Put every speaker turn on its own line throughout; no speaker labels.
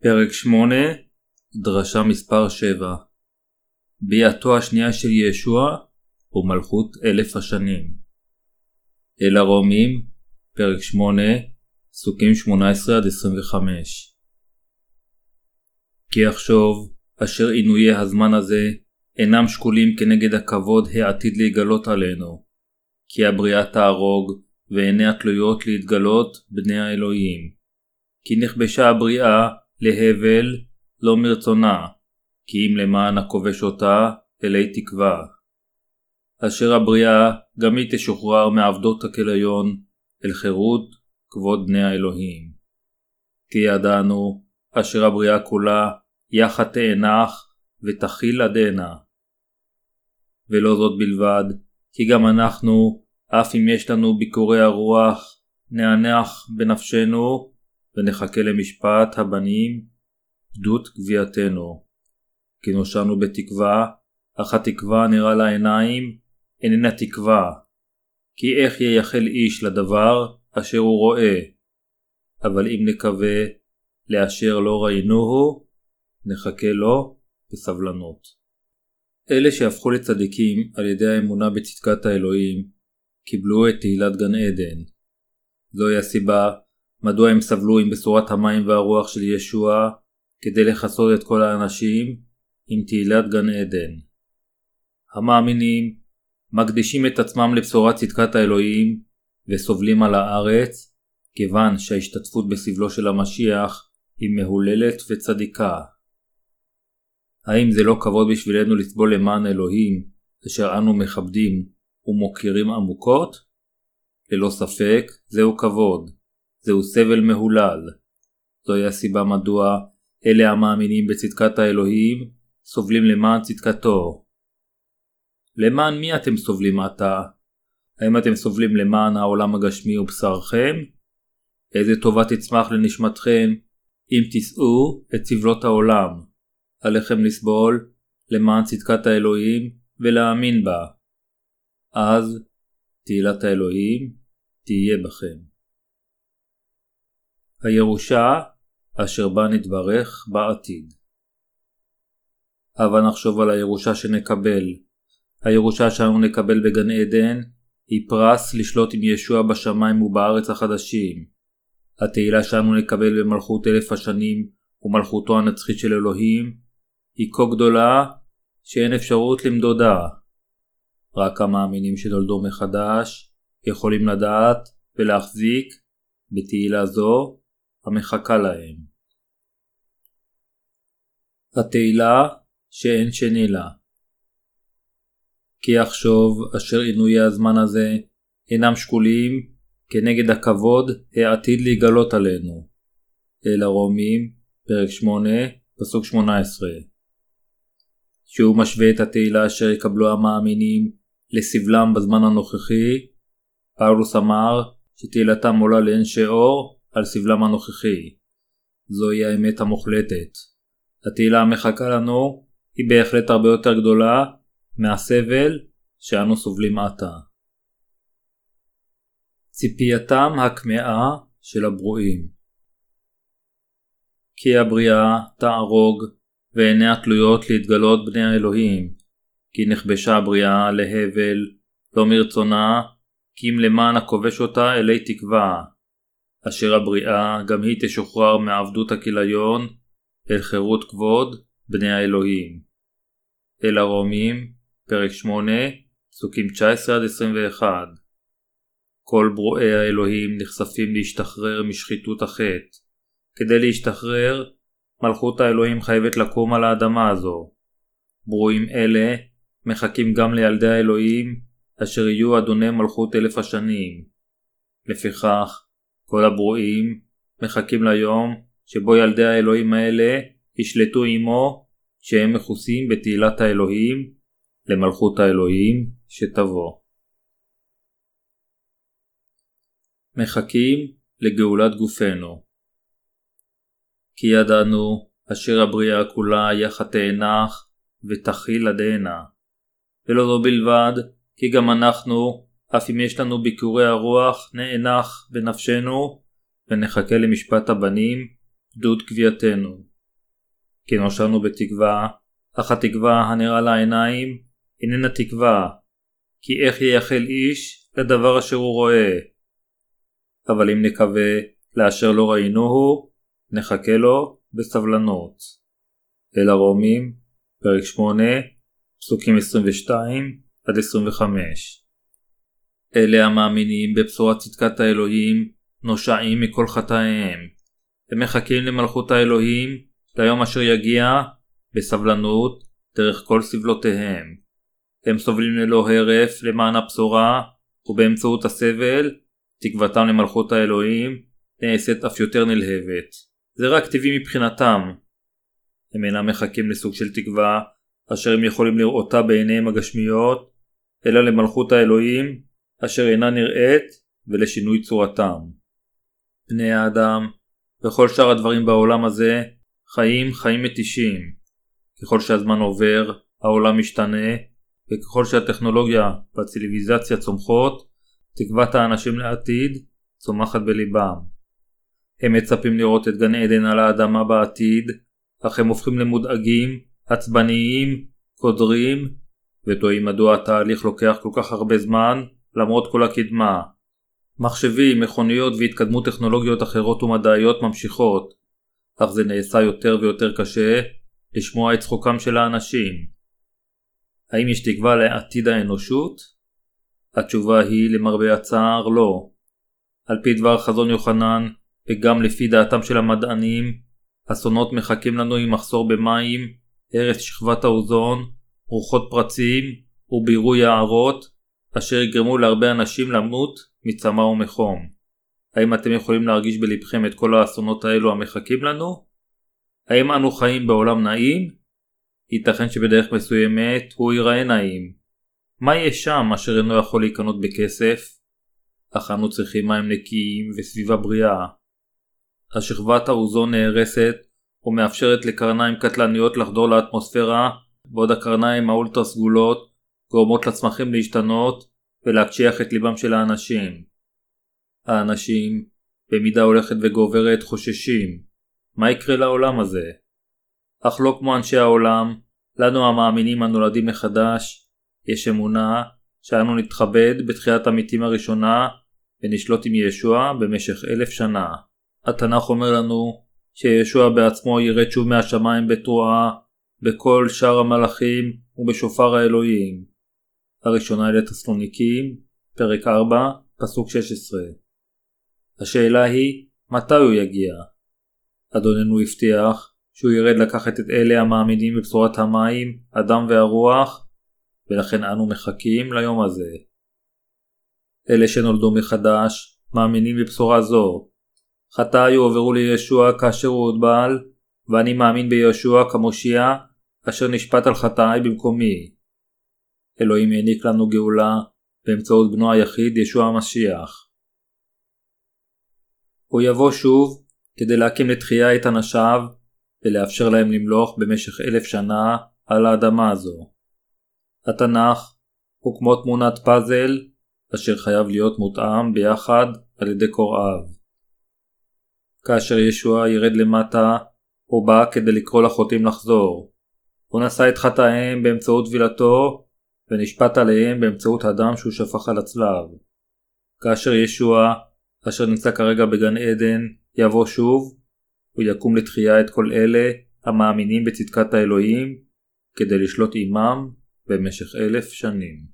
פרק 8, דרשה מספר 7. ביאתו השנייה של ישוע ומלכות 1000 השנים. אל הרומים, פרק 8, פסוקים 18-25. כי אחשוב, אשר עינויי הזמן הזה אינם שקולים כנגד הכבוד העתיד להיגלות עלינו, כי הבריאה תהרוג ועיניה תלויות להתגלות בני האלוהים. כי נכבשה הבריאה להבל לא מרצונה, כי אם למען הכובש אותה אלי תקווה. אשר הבריאה גם היא תשוחרר מעבדות הכליון אל חירות כבוד בני האלוהים. כי ידענו אשר הבריאה כולה יחד תאנח ותחיל עדנה. ולא זאת בלבד, כי גם אנחנו, אף אם יש לנו ביקורי הרוח, נענח בנפשנו ונחכה למשפט הבנים, פדות גביעתנו. כי נושענו בתקווה, אך התקווה נראה לעיניים, איננה תקווה. כי איך ייחל איש לדבר אשר הוא רואה? אבל אם נקווה לאשר לא ראינוהו, נחכה לו בסבלנות. אלה שהפכו לצדיקים על ידי האמונה בצדקת האלוהים, קיבלו את תהילת גן עדן. זוהי הסיבה מדוע הם סבלו עם בשורת המים והרוח של ישוע, כדי לחסות את כל האנשים עם תהילת גן עדן. המאמינים מקדישים את עצמם לבשורת צדקת האלוהים וסובלים על הארץ, כיוון שההשתתפות בסבלו של המשיח היא מהוללת וצדיקה. האם זה לא כבוד בשבילנו לסבול למען אלוהים, אשר אנו מכבדים ומוקירים עמוקות? ללא ספק, זהו כבוד. זהו סבל מהולל. זוהי הסיבה מדוע אלה המאמינים בצדקת האלוהים סובלים למען צדקתו. למען מי אתם סובלים עתה? האם אתם סובלים למען העולם הגשמי ובשרכם? איזה טובה תצמח לנשמתכם אם תישאו את סבלות העולם? עליכם לסבול למען צדקת האלוהים ולהאמין בה. אז תהילת האלוהים תהיה בכם. הירושה אשר בה נתברך בעתיד. הבה נחשוב על הירושה שנקבל. הירושה שאנו נקבל בגן עדן היא פרס לשלוט עם ישוע בשמיים ובארץ החדשים. התהילה שאנו נקבל במלכות 1000 השנים ומלכותו הנצחית של אלוהים היא כה גדולה שאין אפשרות למדודה. רק המאמינים שנולדו מחדש יכולים לדעת ולהחזיק בתהילה זו המחכה להם. התהילה שאין שני לה. כי אחשוב אשר עינויי הזמן הזה אינם שקולים כנגד הכבוד העתיד להיגלות עלינו. אל הרומים, פרק 8, פסוק 18. שהוא משווה את התהילה אשר יקבלו המאמינים לסבלם בזמן הנוכחי, פאולוס אמר שתהילתם עולה לאין שיעור על סבלם הנוכחי. זוהי האמת המוחלטת. התהילה המחכה לנו היא בהחלט הרבה יותר גדולה מהסבל שאנו סובלים עתה. ציפייתם הכמהה של הברואים. כי הבריאה תהרוג ועיניה תלויות להתגלות בני האלוהים. כי נכבשה הבריאה להבל לא מרצונה, כי אם למען הכובש אותה אלי תקווה. אשר הבריאה גם היא תשוחרר מעבדות הכליון אל חירות כבוד בני האלוהים. אל הרומים, פרק 8, פסוקים 19-21. כל ברואי האלוהים נחשפים להשתחרר משחיתות החטא. כדי להשתחרר, מלכות האלוהים חייבת לקום על האדמה הזו. ברואים אלה מחכים גם לילדי האלוהים אשר יהיו אדוני מלכות 1000 השנים. לפיכך, כל הברואים מחכים ליום שבו ילדי האלוהים האלה ישלטו עמו, שהם מכוסים בתהילת האלוהים למלכות האלוהים שתבוא. מחכים לגאולת גופנו. כי ידענו אשר הבריאה כולה יחד תאנח ותחיל עדנה. ולא זו בלבד, כי גם אנחנו, אף אם יש לנו ביקורי הרוח, נאנח בנפשנו ונחכה למשפט הבנים, פדות גביעתנו. כי נושענו בתקווה, אך התקווה הנראה לעיניים איננה תקווה, כי איך ייחל איש לדבר אשר הוא רואה. אבל אם נקווה לאשר לא ראינוהו, נחכה לו בסבלנות. אל הרומים, פרק 8, פסוקים 22-25. אלה המאמינים בבשורת צדקת האלוהים נושעים מכל חטאיהם. הם מחכים למלכות האלוהים, ליום אשר יגיע, בסבלנות, דרך כל סבלותיהם. הם סובלים ללא הרף למען הבשורה, ובאמצעות הסבל, תקוותם למלכות האלוהים נעשית אף יותר נלהבת. זה רק טבעי מבחינתם. הם אינם מחכים לסוג של תקווה, אשר הם יכולים לראותה בעיניהם הגשמיות, אלא למלכות האלוהים, אשר אינה נראית, ולשינוי צורתם. בני האדם, וכל שאר הדברים בעולם הזה, חיים מתישים. ככל שהזמן עובר, העולם משתנה, וככל שהטכנולוגיה והציוויליזציה צומחות, תקוות האנשים לעתיד צומחת בליבם. הם מצפים לראות את גן עדן על האדמה בעתיד, אך הם הופכים למודאגים, עצבניים, קודרים, ותוהים מדוע התהליך לוקח כל כך הרבה זמן, למרות כל הקדמה. מחשבים, מכוניות והתקדמות טכנולוגיות אחרות ומדעיות ממשיכות, אך זה נעשה יותר ויותר קשה לשמוע את צחוקם של האנשים. האם יש תקווה לעתיד האנושות? התשובה היא למרבה הצער לא. על פי דבר חזון יוחנן וגם לפי דעתם של המדענים, אסונות מחכים לנו עם מחסור במים, הרס שכבת האוזון, רוחות פרצים ובירוי יערות, אשר יגרמו להרבה אנשים למות מצמא ומחום. האם אתם יכולים להרגיש בלבכם את כל האסונות האלו המחכים לנו? האם אנו חיים בעולם נעים? ייתכן שבדרך מסוימת הוא ייראה נעים. מה יש שם אשר אינו יכול להיקנות בכסף? אך אנו צריכים מים נקיים וסביבה בריאה. השכבת האוזון נהרסת ומאפשרת לקרניים קטלניות לחדור לאטמוספירה, בעוד הקרניים האולטרה סגולות גורמות לצמחים להשתנות ולהקשיח את ליבם של האנשים. האנשים, במידה הולכת וגוברת, חוששים. מה יקרה לעולם הזה? אך לא כמו אנשי העולם, לנו המאמינים הנולדים מחדש, יש אמונה שאנו נתכבד בתחיית המתים הראשונה ונשלוט עם ישוע במשך 1000 שנה. התנ"ך אומר לנו שישוע בעצמו ירד שוב מהשמיים בתרועה, בכל שאר המלאכים ובשופר האלוהים. הראשונה אל תסלוניקים, פרק 4, פסוק 16. השאלה היא, מתי הוא יגיע? אדוננו הבטיח שהוא ירד לקחת את אלה המאמינים בבשורת המים, הדם והרוח, ולכן אנו מחכים ליום הזה. אלה שנולדו מחדש מאמינים בבשורה זו. חטאי הועברו לישוע כאשר הוא הוטבל, ואני מאמין בישוע כמושיע אשר נשפט על חטאי במקומי. אלוהים העניק לנו גאולה באמצעות בנו היחיד ישוע המשיח. הוא יבוא שוב כדי להקים לתחייה את אנשיו ולאפשר להם למלוך במשך 1000 שנה על האדמה הזו. התנ"ך הוא כמו תמונת פאזל אשר חייב להיות מותאם ביחד על ידי קוראיו. כאשר ישוע ירד למטה, הוא בא כדי לקרוא לחוטאים לחזור. הוא נשא את חטאיהם באמצעות טבילתו ונשפט עליהם באמצעות הדם שהוא שפך על הצלב. כאשר ישוע, אשר נמצא כרגע בגן עדן, יבוא שוב, הוא יקום לתחייה את כל אלה המאמינים בצדקת האלוהים כדי לשלוט עמם במשך 1000 שנים.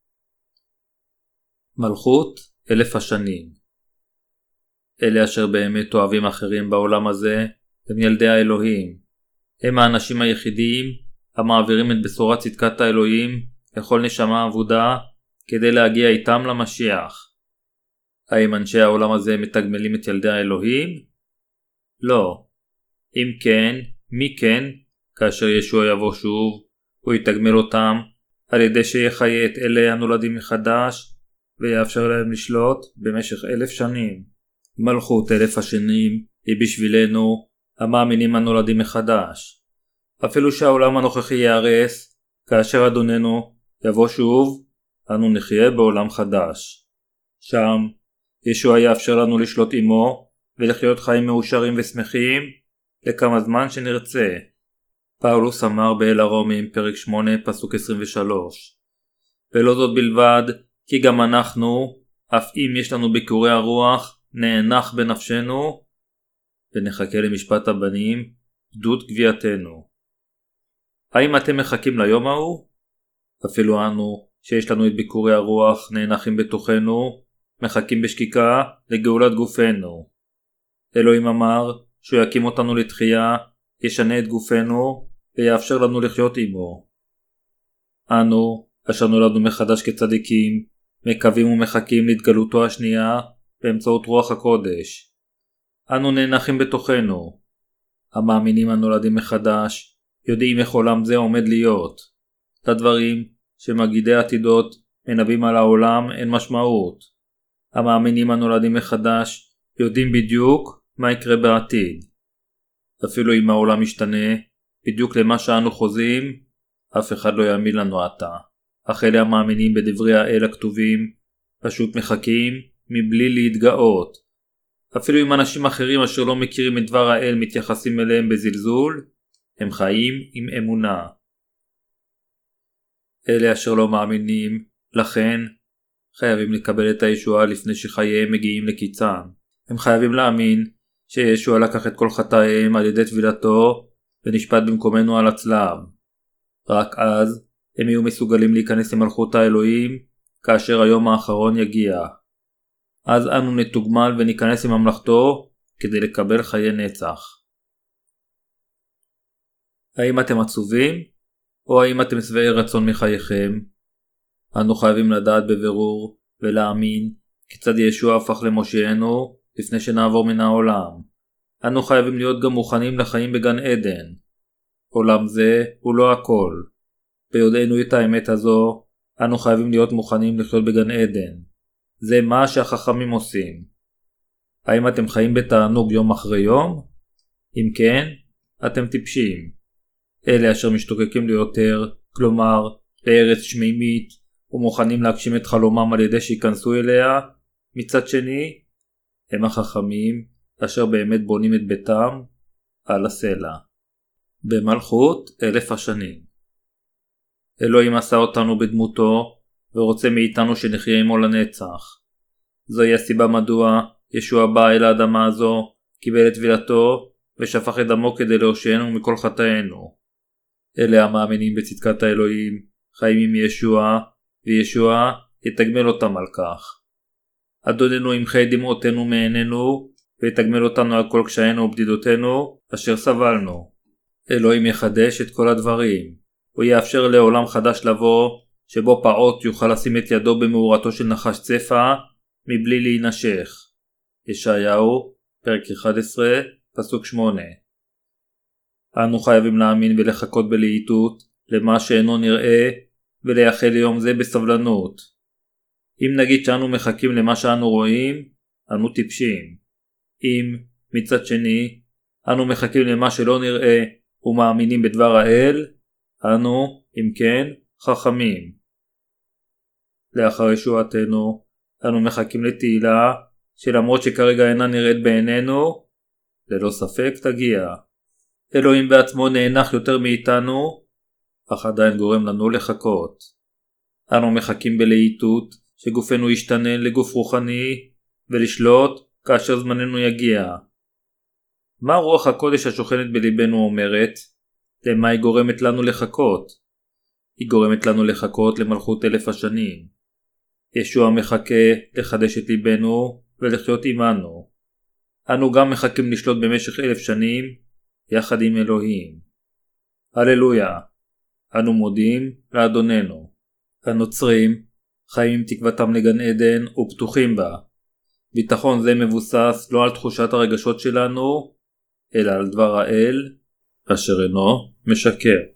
מלכות 1000 השנים. אלה אשר באמת אוהבים אחרים בעולם הזה הם ילדי האלוהים. הם האנשים היחידים המעבירים את בשורת צדקת האלוהים לכל נשמה אבודה כדי להגיע איתם למשיח. האם אנשי העולם הזה מתגמלים את ילדי האלוהים? לא. אם כן, מי כן? כאשר ישוע יבוא שוב, הוא יתגמל אותם על ידי שיחיה את אלה הנולדים מחדש ויאפשר להם לשלוט במשך 1000 שנים. מלכות 1000 השנים היא בשבילנו המאמינים הנולדים מחדש. אפילו שהעולם הנוכחי ייהרס, כאשר אדוננו יבוא שוב, אנו נחיה בעולם חדש. שם ישוע יאפשר לנו לשלוט עמו ולחיות חיים מאושרים ושמחים לכמה זמן שנרצה. פאולוס אמר באל הרומים פרק 8 פסוק 23. ולא זאת בלבד, כי גם אנחנו, אף אם יש לנו ביקורי הרוח, נאנח בנפשנו, ונחכה למשפט הבנים, גדות גביעתנו. האם אתם מחכים ליום ההוא? אפילו אנו, שיש לנו את ביקורי הרוח, נאנחים בתוכנו, מחכים בשקיקה לגאולת גופנו. אלוהים אמר שהוא יקים אותנו לתחייה, ישנה את גופנו ויאפשר לנו לחיות עמו. אנו, אשר נולדנו מחדש כצדיקים, מקווים ומחכים להתגלותו השנייה באמצעות רוח הקודש. אנו נאנחים בתוכנו. המאמינים הנולדים מחדש יודעים איך עולם זה עומד להיות. לדברים שמגידי עתידות מנבאים על העולם אין משמעות. המאמינים הנולדים מחדש יודעים בדיוק מה יקרה בעתיד. אפילו אם העולם משתנה בדיוק למה שאנו חוזים, אף אחד לא יאמין לנו עתה. אך אלה המאמינים בדברי האל הכתובים פשוט מחכים מבלי להתגאות. אפילו אם אנשים אחרים אשר לא מכירים את דבר האל מתייחסים אליהם בזלזול, הם חיים עם אמונה. אלה אשר לא מאמינים, לכן, חייבים לקבל את הישועה לפני שחייהם מגיעים לקיצם. הם חייבים להאמין שישוע לקח את כל חטאיהם על ידי טבילתו ונשפט במקומנו על הצלב. רק אז הם יהיו מסוגלים להיכנס למלכות האלוהים כאשר היום האחרון יגיע. אז אנו נתוגמל וניכנס לממלכתו כדי לקבל חיי נצח. האם אתם עצובים? או האם אתם שבעי רצון מחייכם? אנו חייבים לדעת בבירור ולהאמין כיצד ישוע הפך למושיענו לפני שנעבור מן העולם. אנו חייבים להיות גם מוכנים לחיים בגן עדן. עולם זה הוא לא הכל. ביודענו את האמת הזו, אנו חייבים להיות מוכנים לחיות בגן עדן. זה מה שהחכמים עושים. האם אתם חיים בתענוג יום אחרי יום? אם כן, אתם טיפשים. אלה אשר משתוקקים ליותר, כלומר, לארץ שמימית, ומוכנים להגשים את חלומם על ידי שיכנסו אליה, מצד שני, הם החכמים אשר באמת בונים את ביתם על הסלע. במלכות 1000 השנים. אלוהים עשה אותנו בדמותו, ורוצה מאיתנו שנחיה עמו לנצח. זוהי הסיבה מדוע ישוע בא אל האדמה הזו, קיבל את טבילתו, ושפך את דמו כדי להושיענו מכל חטאינו. אלה המאמינים בצדקת האלוהים, חיים עם ישוע, וישוע יתגמל אותם על כך. אדוננו ימחה את דמעותינו מעינינו, ויתגמל אותנו על כל קשיינו ובדידותינו, אשר סבלנו. אלוהים יחדש את כל הדברים. הוא יאפשר לעולם חדש לבוא, שבו פעוט יוכל לשים את ידו במאורתו של נחש צפה, מבלי להינשך. ישעיהו, פרק 11, פסוק 8. אנו חייבים להאמין ולחכות בלהיטות למה שאינו נראה, ולייחל ליום זה בסבלנות. אם נגיד שאנו מחכים למה שאנו רואים, אנו טיפשים. אם, מצד שני, אנו מחכים למה שלא נראה ומאמינים בדבר האל, אנו, אם כן, חכמים. לאחר ישועתנו, אנו מחכים לתהילה שלמרות שכרגע אינה נראית בעינינו, ללא ספק תגיע. אלוהים בעצמו נאנח יותר מאיתנו, אך עדיין גורם לנו לחכות. אנו מחכים בלהיטות שגופנו ישתנה לגוף רוחני ולשלוט כאשר זמננו יגיע. מה רוח הקודש השוכנת בליבנו אומרת? למה היא גורמת לנו לחכות? היא גורמת לנו לחכות למלכות 1000 השנים. ישוע מחכה לחדש את ליבנו ולחיות עמנו. אנו גם מחכים לשלוט במשך 1000 שנים יחד עם אלוהים. הללויה. אנו מודים לאדוננו. הנוצרים חיים עם תקוותם לגן עדן ופתוחים בה. ביטחון זה מבוסס לא על תחושת הרגשות שלנו, אלא על דבר האל, אשר אינו משקר.